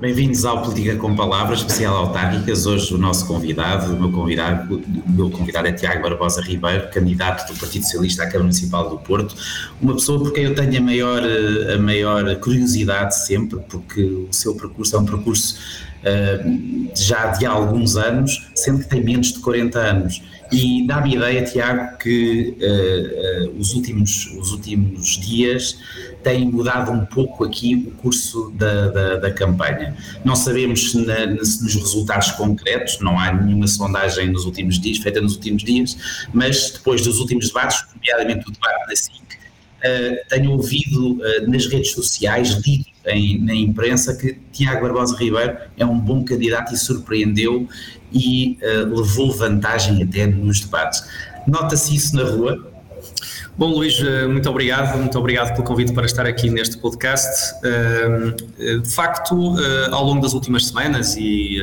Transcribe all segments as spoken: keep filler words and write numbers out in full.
Bem-vindos ao Política com Palavras, especial autárquicas. Hoje o nosso convidado, o meu convidado, o meu convidado é Tiago Barbosa Ribeiro, candidato do Partido Socialista à Câmara Municipal do Porto. Uma pessoa por quem eu tenho a maior, a maior curiosidade sempre, porque o seu percurso é um percurso uh, já de há alguns anos, sendo que tem menos de quarenta anos. E dá-me ideia, Tiago, que uh, uh, os, últimos, os últimos dias têm mudado um pouco aqui o curso da, da, da campanha. Não sabemos se, na, se nos resultados concretos, não há nenhuma sondagem nos últimos dias, feita nos últimos dias, mas depois dos últimos debates, nomeadamente o debate da S I C, uh, tenho ouvido uh, nas redes sociais, lido em, na imprensa, que Tiago Barbosa Ribeiro é um bom candidato e surpreendeu e uh, levou vantagem até nos debates. Nota-se isso na rua? Bom, Luís, muito obrigado, muito obrigado pelo convite para estar aqui neste podcast. De facto, ao longo das últimas semanas e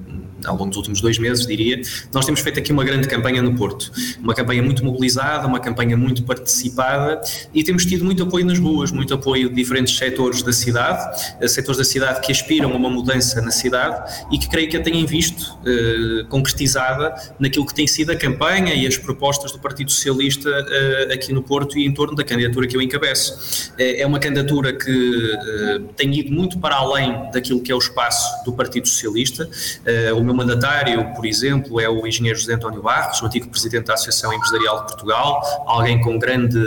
ao longo dos últimos dois meses, diria, nós temos feito aqui uma grande campanha no Porto, uma campanha muito mobilizada, uma campanha muito participada e temos tido muito apoio nas ruas, muito apoio de diferentes setores da cidade, setores da cidade que aspiram a uma mudança na cidade e que creio que a têm visto eh, concretizada naquilo que tem sido a campanha e as propostas do Partido Socialista eh, aqui no Porto e em torno da candidatura que eu encabeço. É uma candidatura que eh, tem ido muito para além daquilo que é o espaço do Partido Socialista. Eh, o meu mandatário, por exemplo, é o engenheiro José António Barros, o antigo presidente da Associação Empresarial de Portugal, alguém com grande,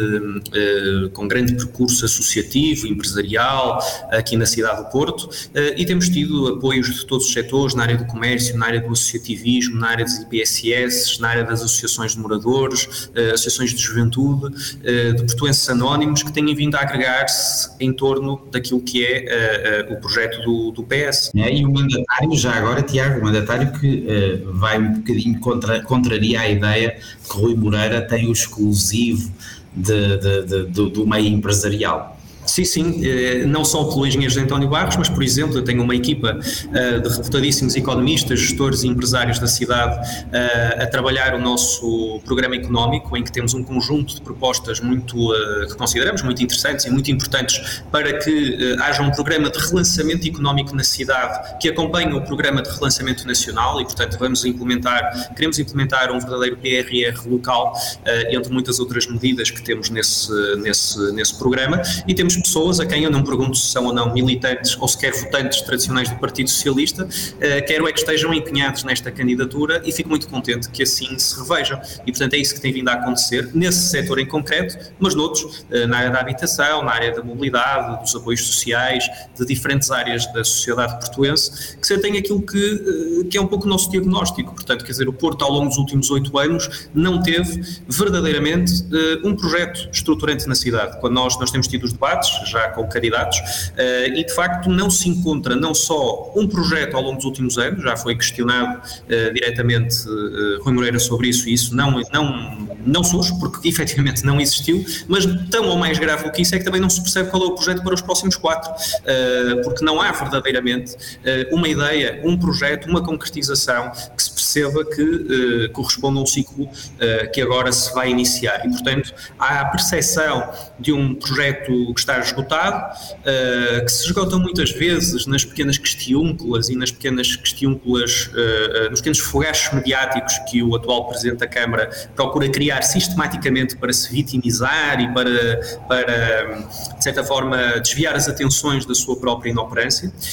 eh, com grande percurso associativo, empresarial, aqui na cidade do Porto, eh, e temos tido apoios de todos os setores, na área do comércio, na área do associativismo, na área dos I P S S, na área das associações de moradores, eh, associações de juventude, eh, de portuenses anónimos, que têm vindo a agregar-se em torno daquilo que é eh, eh, o projeto do, do P S. É, e o mandatário, já agora, Tiago, o mandatário que uh, vai um bocadinho contra, contraria a ideia que Rui Moreira tem o exclusivo de, de, de, do, do meio empresarial. Sim, sim, não só pelo engenheiro José António Barros, mas, por exemplo, eu tenho uma equipa uh, de reputadíssimos economistas, gestores e empresários da cidade uh, a trabalhar o nosso programa económico, em que temos um conjunto de propostas muito, uh, que consideramos muito interessantes e muito importantes para que uh, haja um programa de relançamento económico na cidade que acompanhe o programa de relançamento nacional e, portanto, vamos implementar, queremos implementar um verdadeiro P R R local, uh, entre muitas outras medidas que temos nesse, nesse, nesse programa, e temos pessoas a quem eu não pergunto se são ou não militantes ou sequer votantes tradicionais do Partido Socialista, uh, quero é que estejam empenhados nesta candidatura e fico muito contente que assim se revejam. E, portanto, é isso que tem vindo a acontecer nesse setor em concreto, mas noutros, uh, na área da habitação, na área da mobilidade, dos apoios sociais, de diferentes áreas da sociedade portuense, que tem aquilo que, uh, que é um pouco o nosso diagnóstico. Portanto, quer dizer, o Porto, ao longo dos últimos oito anos, não teve verdadeiramente uh, um projeto estruturante na cidade. Quando nós, nós temos tido os debates, já com candidatos, uh, e de facto não se encontra não só um projeto ao longo dos últimos anos, já foi questionado uh, diretamente uh, Rui Moreira sobre isso, e isso não, não, não surge, porque efetivamente não existiu, mas tão ou mais grave do que isso é que também não se percebe qual é o projeto para os próximos quatro, uh, porque não há verdadeiramente uh, uma ideia, um projeto, uma concretização que se perceba que uh, corresponde a um ciclo uh, que agora se vai iniciar, e portanto há a percepção de um projeto que está esgotado, uh, que se esgota muitas vezes nas pequenas questiúnculas e nas pequenas questiúnculas, uh, uh, nos pequenos fogachos mediáticos que o atual Presidente da Câmara procura criar sistematicamente para se vitimizar e para, para de certa forma, desviar as atenções da sua própria inoperância, uh,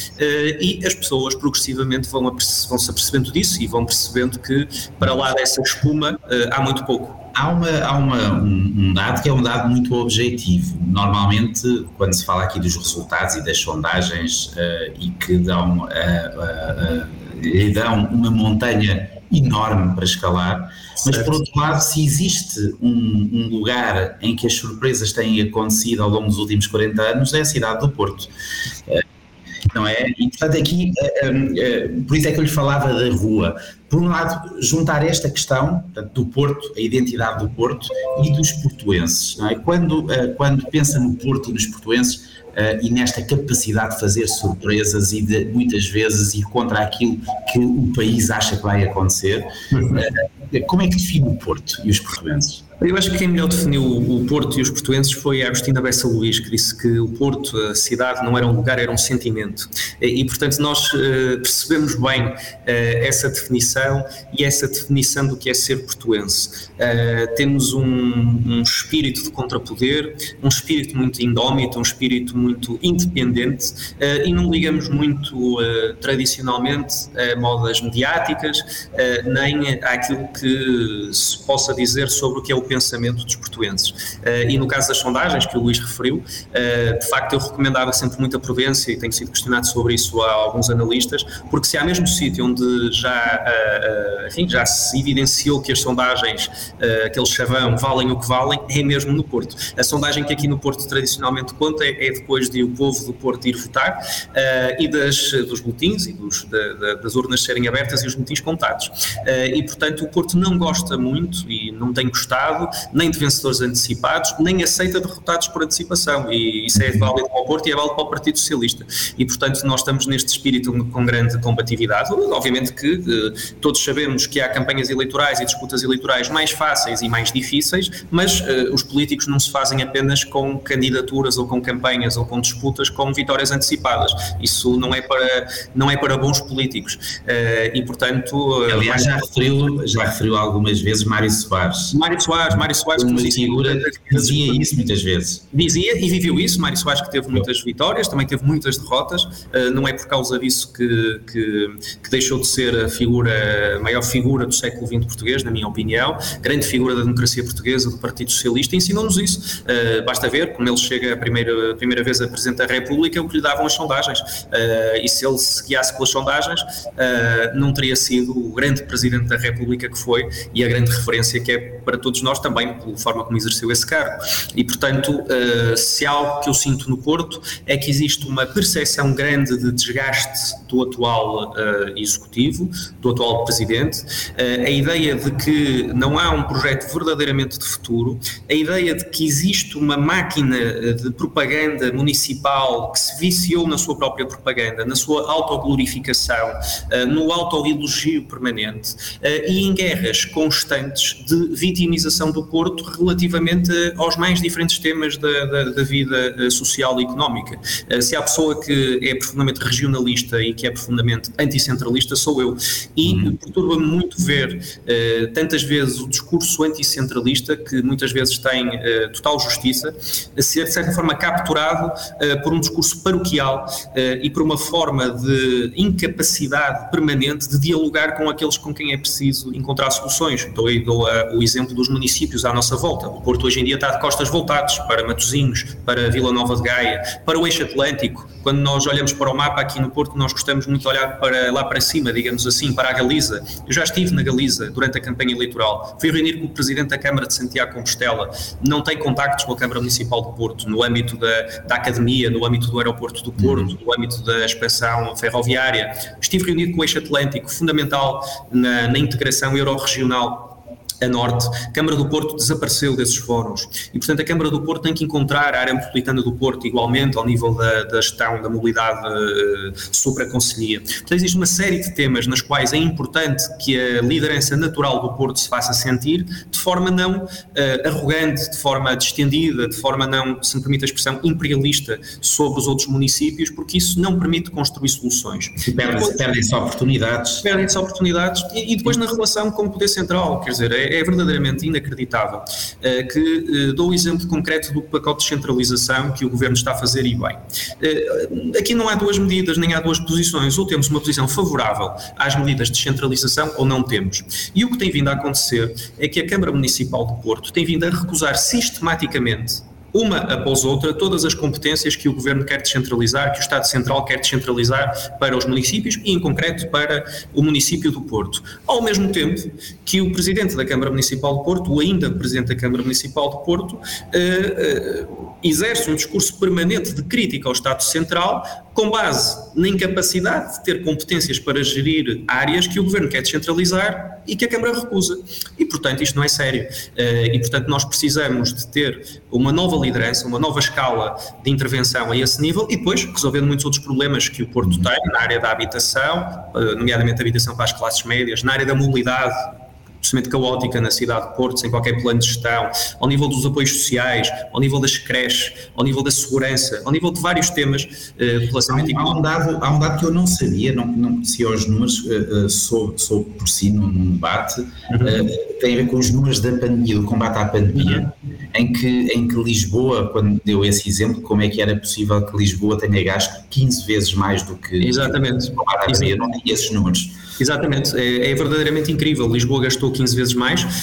e as pessoas progressivamente vão, vão se apercebendo disso e vão percebendo que para lá dessa espuma uh, há muito pouco. Há, uma, há uma, um, um dado que é um dado muito objetivo. Normalmente, quando se fala aqui dos resultados e das sondagens uh, e que dão, uh, uh, uh, lhe dão uma montanha enorme para escalar, mas certo. Por outro lado, se existe um, um lugar em que as surpresas têm acontecido ao longo dos últimos quarenta anos, é a cidade do Porto. Uh, Não é? E, portanto, aqui, uh, uh, por isso é que eu lhe falava da rua. Por um lado, juntar esta questão, portanto, do Porto, a identidade do Porto e dos portuenses, não é? Quando, uh, quando pensa no Porto e nos portuenses uh, e nesta capacidade de fazer surpresas e de, muitas vezes, ir contra aquilo que o país acha que vai acontecer, uh, como é que define o Porto e os portuenses? Eu acho que quem melhor definiu o Porto e os portuenses foi a Agostina Bessa Luís, que disse que o Porto, a cidade, não era um lugar, era um sentimento. E, portanto, nós uh, percebemos bem uh, essa definição e essa definição do que é ser portuense. Uh, temos um, um espírito de contrapoder, um espírito muito indómito, um espírito muito independente uh, e não ligamos muito uh, tradicionalmente a modas mediáticas, uh, nem àquilo que se possa dizer sobre o que é o pensamento dos portuenses. Uh, e no caso das sondagens que o Luís referiu, uh, de facto eu recomendava sempre muita prudência, e tenho sido questionado sobre isso a alguns analistas, porque se há mesmo sítio onde já, uh, uh, enfim, já se evidenciou que as sondagens, uh, aquele chavão, valem o que valem, é mesmo no Porto. A sondagem que aqui no Porto tradicionalmente conta é, é depois de o povo do Porto ir votar uh, e das, dos boletins e dos, da, da, das urnas serem abertas e os boletins contados. Uh, e portanto o Porto não gosta muito e não tem gostado nem de vencedores antecipados, nem aceita derrotados por antecipação, e isso é válido para o Porto e é válido para o Partido Socialista, e portanto nós estamos neste espírito com grande combatividade. Obviamente que eh, todos sabemos que há campanhas eleitorais e disputas eleitorais mais fáceis e mais difíceis, mas eh, os políticos não se fazem apenas com candidaturas ou com campanhas ou com disputas com vitórias antecipadas, isso não é para, não é para bons políticos, eh, e portanto... Eh, Aliás, já referiu, já referiu algumas vezes Mário Soares. Mário Soares, Mário Soares, uma figura que dizia isso muitas vezes. Dizia e viveu isso. Mário Soares, que teve muitas vitórias, também teve muitas derrotas, uh, não é por causa disso que, que, que deixou de ser a figura, a maior figura do século vinte português, na minha opinião, grande figura da democracia portuguesa, do Partido Socialista, ensinou-nos isso. Uh, basta ver, quando ele chega a primeira, a primeira vez a Presidente da República, o que lhe davam as sondagens, uh, e se ele se guiasse pelas sondagens, uh, não teria sido o grande Presidente da República que foi, e a grande referência que é para todos nós também, pela forma como exerceu esse cargo. E, portanto, uh, se há algo que eu sinto no Porto é que existe uma percepção grande de desgaste do atual uh, executivo, do atual presidente, uh, a ideia de que não há um projeto verdadeiramente de futuro, a ideia de que existe uma máquina de propaganda municipal que se viciou na sua própria propaganda, na sua autoglorificação, uh, no autoelogio permanente uh, e em guerras constantes de vitimização do Porto relativamente aos mais diferentes temas da, da, da vida social e económica. Se há pessoa que é profundamente regionalista e que é profundamente anticentralista, sou eu. E uhum. perturba-me muito ver uh, tantas vezes o discurso anticentralista, que muitas vezes tem uh, total justiça, a ser de certa forma capturado uh, por um discurso paroquial uh, e por uma forma de incapacidade permanente de dialogar com aqueles com quem é preciso encontrar soluções. Dou aí dou, uh, o exemplo dos municípios à nossa volta. O Porto hoje em dia está de costas voltadas para Matosinhos, para Vila Nova de Gaia, para o eixo atlântico. Quando nós olhamos para o mapa aqui no Porto, nós gostamos muito de olhar para, lá para cima, digamos assim, para a Galiza. Eu já estive na Galiza durante a campanha eleitoral. Fui reunir com o Presidente da Câmara de Santiago de Compostela. Não tem contactos com a Câmara Municipal do Porto, no âmbito da, da Academia, no âmbito do Aeroporto do Porto, uhum. no âmbito da expansão ferroviária. Estive reunido com o eixo atlântico, fundamental na, na integração euro-regional a norte. A Câmara do Porto desapareceu desses fóruns e, portanto, a Câmara do Porto tem que encontrar a área metropolitana do Porto igualmente ao nível da, da gestão da mobilidade uh, supra-concelhia. Portanto, existe uma série de temas nas quais é importante que a liderança natural do Porto se faça sentir de forma não uh, arrogante, de forma distendida, de forma não, se me permite a expressão, imperialista sobre os outros municípios, porque isso não permite construir soluções. Perdem-se perdem oportunidades. Perdem-se oportunidades e, e depois na relação com o poder central, quer dizer, é É verdadeiramente inacreditável uh, que uh, dou o exemplo concreto do pacote de descentralização que o Governo está a fazer e bem. Uh, aqui não há duas medidas, nem há duas posições, ou temos uma posição favorável às medidas de descentralização ou não temos. E o que tem vindo a acontecer é que a Câmara Municipal de Porto tem vindo a recusar sistematicamente, uma após outra, todas as competências que o Governo quer descentralizar, que o Estado Central quer descentralizar para os municípios e, em concreto, para o município do Porto. Ao mesmo tempo que o Presidente da Câmara Municipal do Porto, o ainda Presidente da Câmara Municipal do Porto, eh, eh, exerce um discurso permanente de crítica ao Estado Central, com base na incapacidade de ter competências para gerir áreas que o Governo quer descentralizar e que a Câmara recusa. E, portanto, isto não é sério. E, portanto, nós precisamos de ter uma nova liderança, uma nova escala de intervenção a esse nível e depois resolvendo muitos outros problemas que o Porto tem na área da habitação, nomeadamente a habitação para as classes médias, na área da mobilidade absolutamente caótica na cidade de Porto, sem qualquer plano de gestão, ao nível dos apoios sociais, ao nível das creches, ao nível da segurança, ao nível de vários temas uh, relacionamento há, um, há, um dado, há um dado que eu não sabia, não, não conhecia os números, uh, uh, sou, sou por si num, num debate, uhum. uh, tem a ver com os números da pandemia, do combate à pandemia, uhum. em, que, em que Lisboa, quando deu esse exemplo, como é que era possível que Lisboa tenha gasto quinze vezes mais do que Exatamente. o combate à pandemia, não tinha esses números. Exatamente, é, é verdadeiramente incrível. Lisboa gastou quinze vezes mais, uh,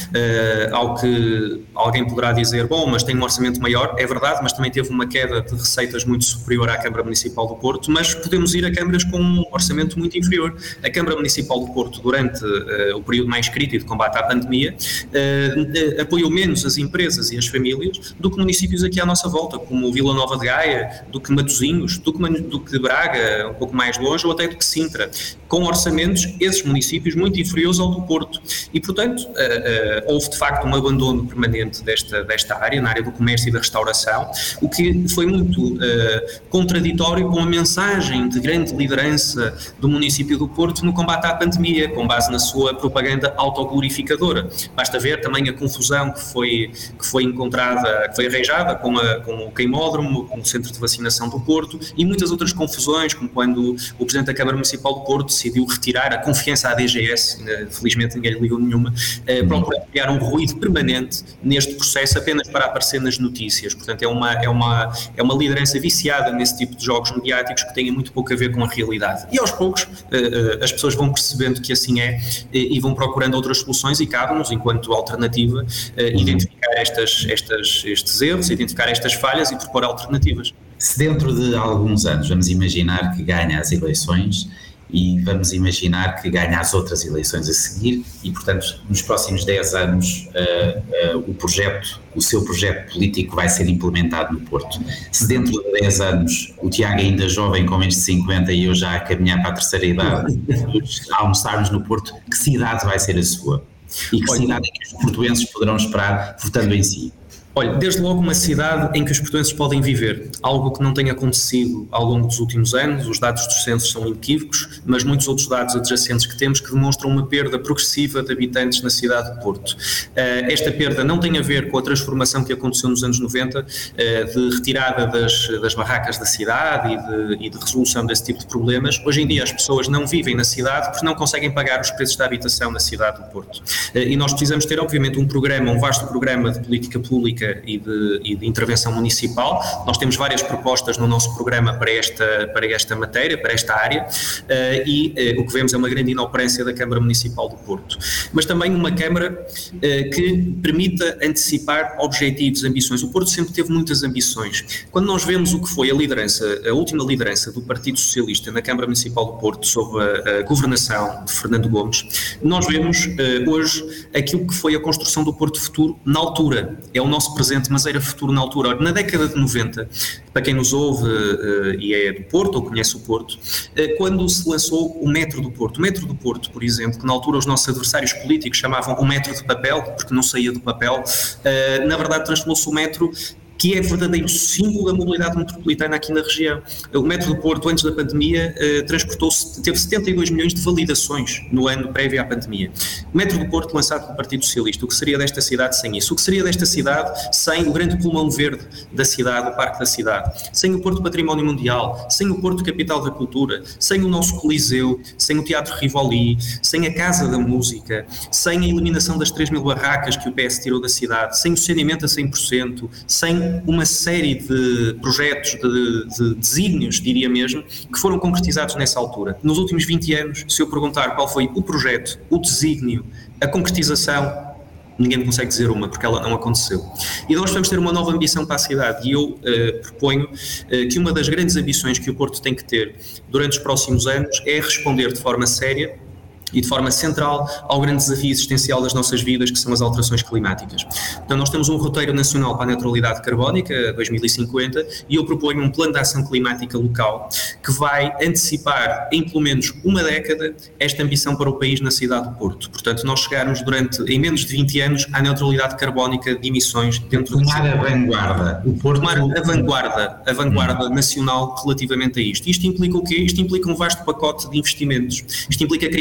ao que alguém poderá dizer, bom, mas tem um orçamento maior, é verdade, mas também teve uma queda de receitas muito superior à Câmara Municipal do Porto, mas podemos ir a câmaras com um orçamento muito inferior. A Câmara Municipal do Porto, durante uh, o período mais crítico de combate à pandemia, uh, uh, apoiou menos as empresas e as famílias do que municípios aqui à nossa volta, como Vila Nova de Gaia, do que Matosinhos, do que, do que Braga, um pouco mais longe, ou até do que Sintra, com orçamentos esses municípios muito inferiores ao do Porto. E, portanto, uh, uh, houve de facto um abandono permanente desta, desta área, na área do comércio e da restauração, o que foi muito uh, contraditório com a mensagem de grande liderança do município do Porto no combate à pandemia, com base na sua propaganda autoglorificadora. Basta ver também a confusão que foi, que foi encontrada, que foi arranjada com, a, com o queimódromo, com o centro de vacinação do Porto e muitas outras confusões, como quando o Presidente da Câmara Municipal do Porto decidiu retirar a confiança à D G S, felizmente ninguém lhe ligou nenhuma, uh, procura criar um ruído permanente neste processo apenas para aparecer nas notícias. Portanto, é uma, é uma, é uma liderança viciada nesse tipo de jogos mediáticos que têm muito pouco a ver com a realidade. E aos poucos uh, uh, as pessoas vão percebendo que assim é uh, e vão procurando outras soluções e cabe-nos, enquanto alternativa, uh, identificar estas, estas, estes erros, identificar estas falhas e propor alternativas. Se dentro de alguns anos vamos imaginar que ganha as eleições e vamos imaginar que ganha as outras eleições a seguir e, portanto, nos próximos dez anos uh, uh, o projeto, o seu projeto político vai ser implementado no Porto. Se dentro de dez anos o Tiago ainda jovem, com menos de cinquenta e eu já a caminhar para a terceira idade, almoçarmos no Porto, que cidade vai ser a sua? E que cidade é que os portuenses poderão esperar votando em si? Olha, desde logo uma cidade em que os portuenses podem viver, algo que não tem acontecido ao longo dos últimos anos. Os dados dos censos são inequívocos, mas muitos outros dados adjacentes que temos que demonstram uma perda progressiva de habitantes na cidade de Porto. Esta perda não tem a ver com a transformação que aconteceu nos anos noventa, de retirada das, das barracas da cidade e de, e de resolução desse tipo de problemas. Hoje em dia as pessoas não vivem na cidade porque não conseguem pagar os preços da habitação na cidade de Porto. E nós precisamos ter, obviamente, um programa, um vasto programa de política pública E de, e de intervenção municipal. Nós temos várias propostas no nosso programa para esta, para esta matéria, para esta área, uh, e uh, o que vemos é uma grande inoperância da Câmara Municipal do Porto. Mas também uma Câmara uh, que permita antecipar objetivos, ambições. O Porto sempre teve muitas ambições. Quando nós vemos o que foi a liderança, a última liderança do Partido Socialista na Câmara Municipal do Porto, sob a, a governação de Fernando Gomes, nós vemos uh, hoje aquilo que foi a construção do Porto Futuro na altura. É o nosso presente, mas era futuro na altura. Na década de noventa, para quem nos ouve uh, e é do Porto ou conhece o Porto, uh, quando se lançou o Metro do Porto. O Metro do Porto, por exemplo, que na altura os nossos adversários políticos chamavam o Metro de papel, porque não saía do papel, uh, na verdade transformou-se o Metro, que é verdadeiro símbolo da mobilidade metropolitana aqui na região. O Metro do Porto, antes da pandemia, eh, transportou-se, teve setenta e dois milhões de validações no ano prévio à pandemia. O Metro do Porto, lançado pelo Partido Socialista, o que seria desta cidade sem isso? O que seria desta cidade sem o grande pulmão verde da cidade, o Parque da Cidade? Sem o Porto Património Mundial, sem o Porto Capital da Cultura, sem o nosso Coliseu, sem o Teatro Rivoli, sem a Casa da Música, sem a eliminação das três mil barracas que o P S tirou da cidade, sem o saneamento a cem por cento, sem uma série de projetos, de, de desígnios, diria mesmo, que foram concretizados nessa altura. Nos últimos vinte anos, se eu perguntar qual foi o projeto, o desígnio, a concretização, ninguém me consegue dizer uma, porque ela não aconteceu. E nós vamos ter uma nova ambição para a cidade, e eu uh, proponho uh, que uma das grandes ambições que o Porto tem que ter durante os próximos anos é responder de forma séria e de forma central ao grande desafio existencial das nossas vidas, que são as alterações climáticas. Portanto, nós temos um roteiro nacional para a neutralidade carbónica, dois mil e cinquenta, e eu proponho um plano de ação climática local que vai antecipar em pelo menos uma década esta ambição para o país na cidade do Porto. Portanto, nós chegarmos durante, em menos de vinte anos, à neutralidade carbónica de emissões dentro de... Tomar a vanguarda. O Porto... Tomar a vanguarda, a vanguarda hum. nacional relativamente a isto. Isto implica o quê? Isto implica um vasto pacote de investimentos. Isto implica criar emprego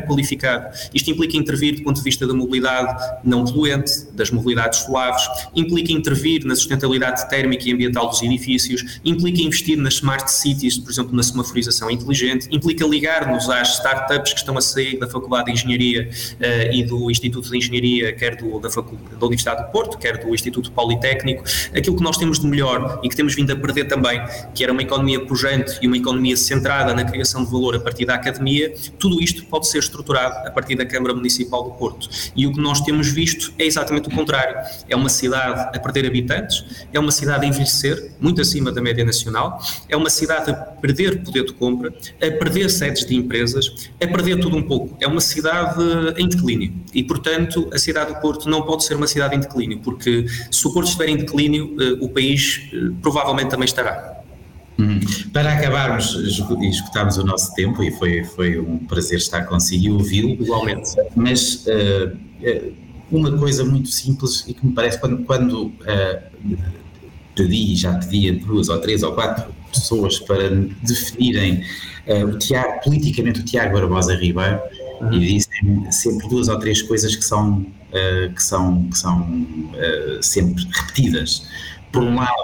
qualificado. Isto implica intervir do ponto de vista da mobilidade não poluente, das mobilidades suaves, implica intervir na sustentabilidade térmica e ambiental dos edifícios, implica investir nas smart cities, por exemplo, na semaforização inteligente, implica ligar-nos às startups que estão a sair da Faculdade de Engenharia uh, e do Instituto de Engenharia, quer do, da, Facu- da Universidade do Porto, quer do Instituto Politécnico. Aquilo que nós temos de melhor e que temos vindo a perder também, que era uma economia pujante e uma economia centrada na criação de valor a partir da academia, tudo isto pode ser estruturado a partir da Câmara Municipal do Porto. E o que nós temos visto é exatamente o contrário. É uma cidade a perder habitantes, é uma cidade a envelhecer, muito acima da média nacional, é uma cidade a perder poder de compra, a perder sedes de empresas, a perder tudo um pouco. É uma cidade em declínio e, portanto, a cidade do Porto não pode ser uma cidade em declínio, porque se o Porto estiver em declínio, o país provavelmente também estará. Hum. Para acabarmos e escutarmos o nosso tempo, e foi, foi um prazer estar consigo e ouvi-lo. Igualmente. Mas uh, uh, uma coisa muito simples e que me parece, quando, quando uh, pedi, já pedi a duas ou três ou quatro pessoas para definirem uh, o Tiago, politicamente o Tiago Barbosa Ribeiro, uhum. e dizem sempre duas ou três coisas que são, uh, que são, que são uh, sempre repetidas. Por um lado,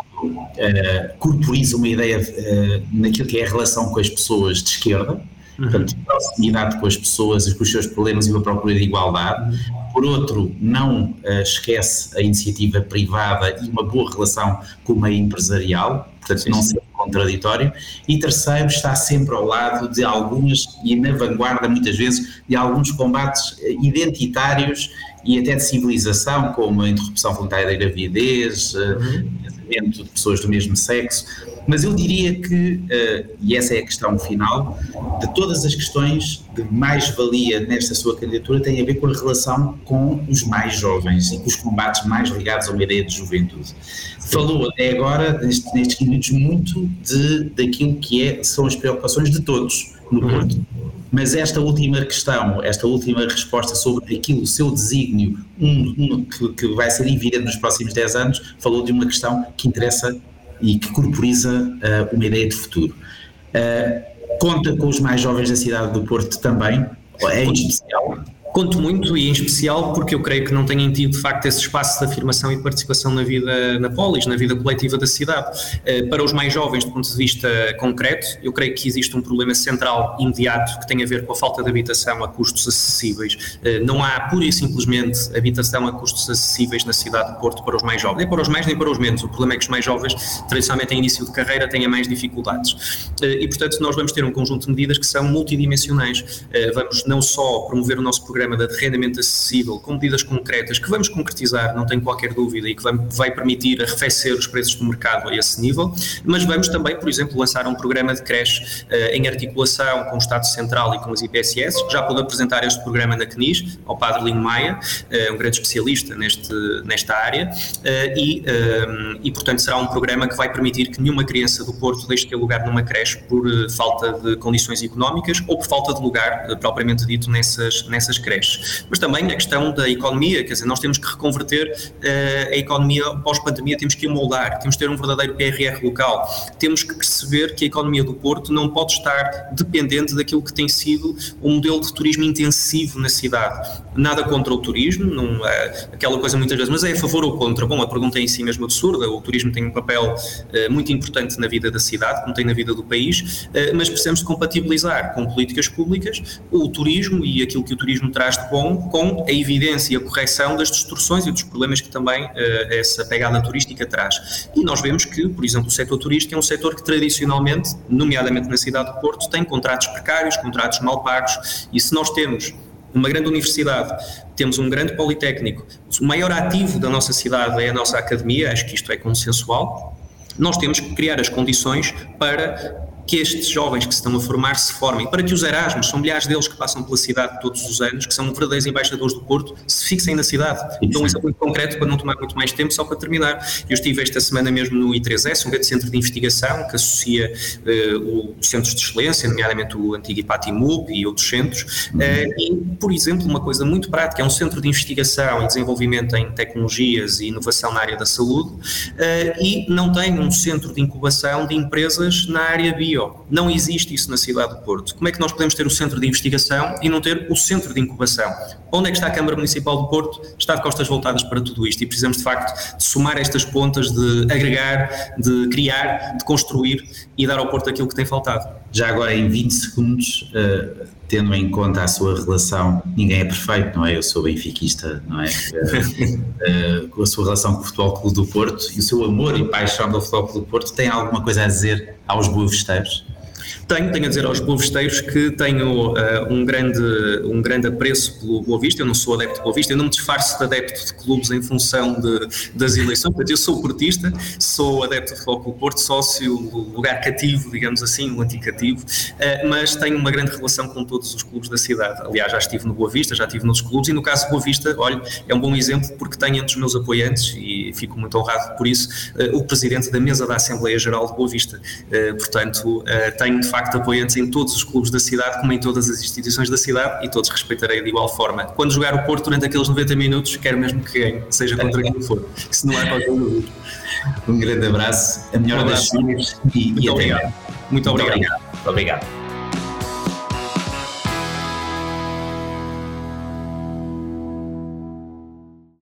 uh, corporiza uma ideia uh, naquilo que é a relação com as pessoas de esquerda, uhum. portanto, proximidade com as pessoas, com os seus problemas e uma procura de igualdade. Uhum. Por outro, não uh, esquece a iniciativa privada e uma boa relação com o meio empresarial, portanto, sim, não ser contraditório. E terceiro, está sempre ao lado de algumas, e na vanguarda muitas vezes, de alguns combates identitários e até de civilização, como a interrupção voluntária da gravidez, uhum. casamento de pessoas do mesmo sexo. Mas eu diria que, uh, e essa é a questão final, de todas as questões de mais-valia nesta sua candidatura tem a ver com a relação com os mais jovens e com os combates mais ligados a uma ideia de juventude. Falou até agora, nestes, nestes minutos, muito de, daquilo que é, são as preocupações de todos no Porto. Uhum. Mas esta última questão, esta última resposta sobre aquilo, o seu desígnio, um, um, que, que vai ser evidente nos próximos dez anos, falou de uma questão que interessa e que corporiza uh, uma ideia de futuro. Uh, conta com os mais jovens da cidade do Porto também, é em especial? Conto muito e em especial porque eu creio que não têm tido de facto esse espaço de afirmação e participação na vida na polis, na vida coletiva da cidade. Para os mais jovens, do ponto de vista concreto, eu creio que existe um problema central imediato que tem a ver com a falta de habitação a custos acessíveis. Não há pura e simplesmente habitação a custos acessíveis na cidade de Porto para os mais jovens, nem para os mais nem para os menos. O problema é que os mais jovens, tradicionalmente em início de carreira, têm mais dificuldades. E portanto nós vamos ter um conjunto de medidas que são multidimensionais. Vamos não só promover o nosso programa de arrendamento acessível com medidas concretas que vamos concretizar, não tenho qualquer dúvida, e que vai permitir arrefecer os preços do mercado a esse nível, mas vamos também, por exemplo, lançar um programa de creche uh, em articulação com o Estado Central e com as I P S S, que já pude apresentar este programa na C N I S, ao Padre Lino Maia, uh, um grande especialista neste, nesta área, uh, e, uh, e portanto será um programa que vai permitir que nenhuma criança do Porto deixe de ter lugar numa creche por uh, falta de condições económicas ou por falta de lugar, uh, propriamente dito, nessas, nessas creches. Mas também a questão da economia, quer dizer, nós temos que reconverter uh, a economia pós-pandemia, temos que a moldar, temos que ter um verdadeiro P R R local, temos que perceber que a economia do Porto não pode estar dependente daquilo que tem sido o modelo de turismo intensivo na cidade. Nada contra o turismo, não é aquela coisa muitas vezes, mas é a favor ou contra? Bom, a pergunta é em si mesmo absurda, o turismo tem um papel uh, muito importante na vida da cidade, como tem na vida do país, uh, mas precisamos de compatibilizar com políticas públicas o turismo e aquilo que o turismo traz de bom com a evidência e a correção das distorções e dos problemas que também uh, essa pegada turística traz. E nós vemos que, por exemplo, o setor turístico é um setor que tradicionalmente, nomeadamente na cidade de Porto, tem contratos precários, contratos mal pagos, e se nós temos uma grande universidade, temos um grande politécnico, o maior ativo da nossa cidade é a nossa academia, acho que isto é consensual, nós temos que criar as condições para que estes jovens que se estão a formar se formem, para que os Erasmus, são milhares deles que passam pela cidade todos os anos, que são verdadeiros embaixadores do Porto, se fixem na cidade. Então, um exemplo muito concreto, para não tomar muito mais tempo, só para terminar. Eu estive esta semana mesmo no I três S, um grande centro de investigação que associa uh, os centros de excelência, nomeadamente o antigo IPATIMUP e outros centros, uh, e, por exemplo, uma coisa muito prática, é um centro de investigação e desenvolvimento em tecnologias e inovação na área da saúde, uh, e não tem um centro de incubação de empresas na área bio CRIO. Não existe isso na cidade do Porto. Como é que nós podemos ter o centro de investigação e não ter o centro de incubação? Onde é que está a Câmara Municipal do Porto? Está de costas voltadas para tudo isto e precisamos de facto de somar estas pontas, de agregar, de criar, de construir e dar ao Porto aquilo que tem faltado. Já agora em vinte segundos, uh, tendo em conta a sua relação, ninguém é perfeito, não é? Eu sou benfiquista, não é? Uh, uh, a sua relação com o Futebol Clube do Porto e o seu amor e paixão do Futebol Clube do Porto, tem alguma coisa a dizer aos boavisteiros? Tenho, tenho a dizer aos boavisteiros que tenho uh, um, grande, um grande apreço pelo Boa Vista. Eu não sou adepto de Boa Vista, eu não me disfarço de adepto de clubes em função de, das eleições. Portanto, eu sou portista, sou adepto de Futebol Clube Porto, sócio, lugar cativo, digamos assim, o anticativo, uh, mas tenho uma grande relação com todos os clubes da cidade. Aliás, já estive no Boa Vista, já estive nos clubes e no caso do Boa Vista, olha, é um bom exemplo porque tenho entre os meus apoiantes, e fico muito honrado por isso, uh, o presidente da mesa da Assembleia Geral de Boa Vista. Uh, portanto, uh, tenho de facto apoiantes em todos os clubes da cidade, como em todas as instituições da cidade, e todos respeitarei de igual forma. Quando jogar o Porto durante aqueles noventa minutos, quero mesmo que ganhe, seja contra quem for, se não é qualquer dúvida. Um grande abraço, a melhor das sortes e, e até. Muito obrigado. Muito obrigado. Muito obrigado. Obrigado.